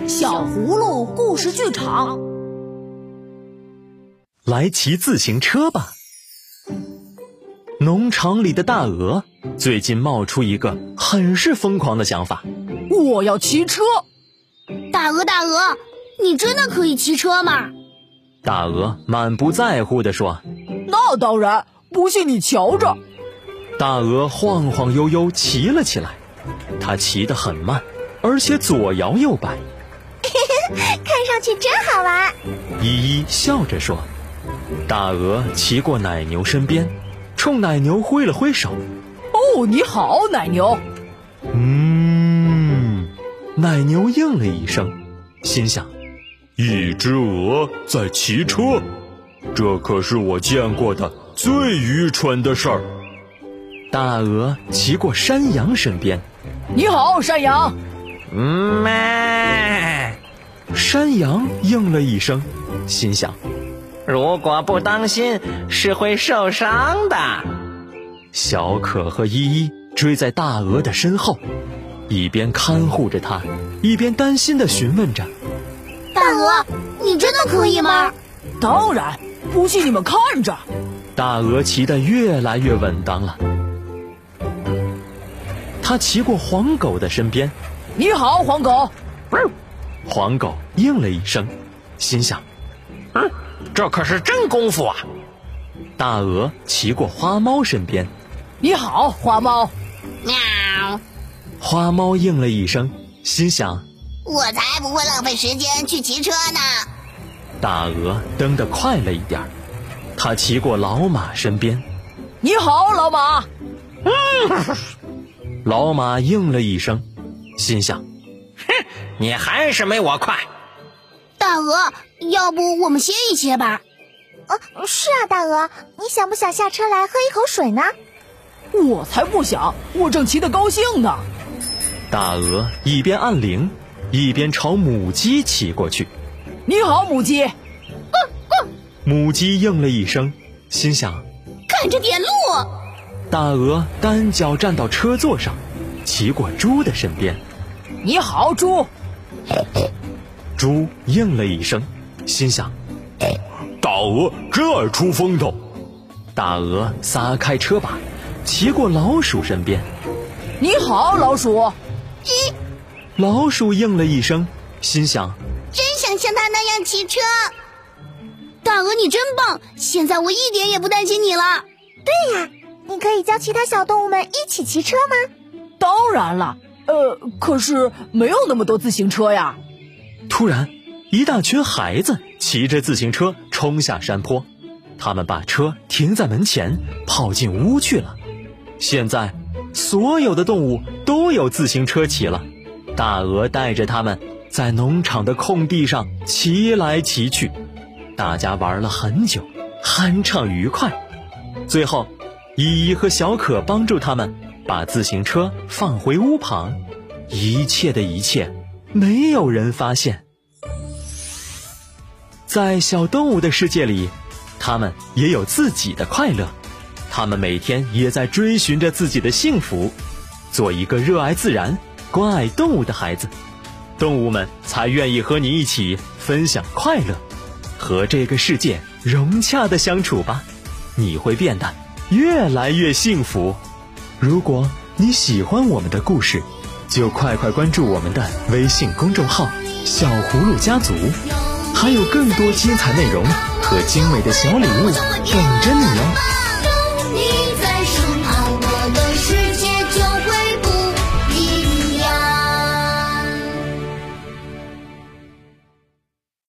小葫芦故事剧场， 来骑自行车吧。农场里的大鹅最近冒出一个很是疯狂的想法， 我要骑车。 大鹅，你真的可以骑车吗？ 大鹅满不在乎地说， 那当然，不信你瞧着。 大鹅晃晃悠悠骑了起来，它骑得很慢，而且左摇右摆。 看上去真好玩。 依依笑着说。大鹅骑过奶牛身边，冲奶牛挥了挥手。 哦，你好，奶牛。 奶牛应了一声，心想，一只鹅在骑车，这可是我见过的最愚蠢的事儿。大鹅骑过山羊身边。 你好，山羊。 山羊应了一声，心想， 如果不当心是会受伤的。 小可和依依追在大鹅的身后，一边看护着它，一边担心地询问着， 大鹅，你真的可以吗？ 当然，不信你们看着。 大鹅骑得越来越稳当了。它骑过黄狗的身边。 你好，黄狗。 黄狗应了一声，心想， 这可是真功夫啊。 大鹅骑过花猫身边。 你好，花猫。 喵。 花猫应了一声，心想， 我才不会浪费时间去骑车呢。 大鹅蹬得快了一点，它骑过老马身边。 你好，老马。 老马应了一声，心想， 你还是没我快。 大鹅，要不我们歇一歇吧？ 是啊，大鹅，你想不想下车来喝一口水呢？ 我才不想，我正骑得高兴呢。 大鹅一边按铃，一边朝母鸡骑过去。 你好，母鸡。 母鸡应了一声，心想， 看着点路。 大鹅单脚站到车座上，骑过猪的身边。 你好，猪。 猪应了一声，心想，大鹅真爱出风头。大鹅撒开车把，骑过老鼠身边。 你好，老鼠。 老鼠应了一声，心想， 真想像他那样骑车。大鹅你真棒，现在我一点也不担心你了。 对呀，你可以教其他小动物们一起骑车吗？ 当然了，可是没有那么多自行车呀。 突然，一大群孩子骑着自行车冲下山坡，他们把车停在门前，跑进屋去了。现在，所有的动物都有自行车骑了。大鹅带着他们在农场的空地上骑来骑去，大家玩了很久，酣畅愉快。最后，依依和小可帮助他们把自行车放回屋旁，一切的一切没有人发现。在小动物的世界里，他们也有自己的快乐，他们每天也在追寻着自己的幸福，做一个热爱自然、关爱动物的孩子，动物们才愿意和你一起分享快乐，和这个世界融洽地相处吧，你会变得越来越幸福。如果你喜欢我们的故事，就快快关注我们的微信公众号小葫芦家族，还有更多精彩内容和精美的小礼物等着你哦。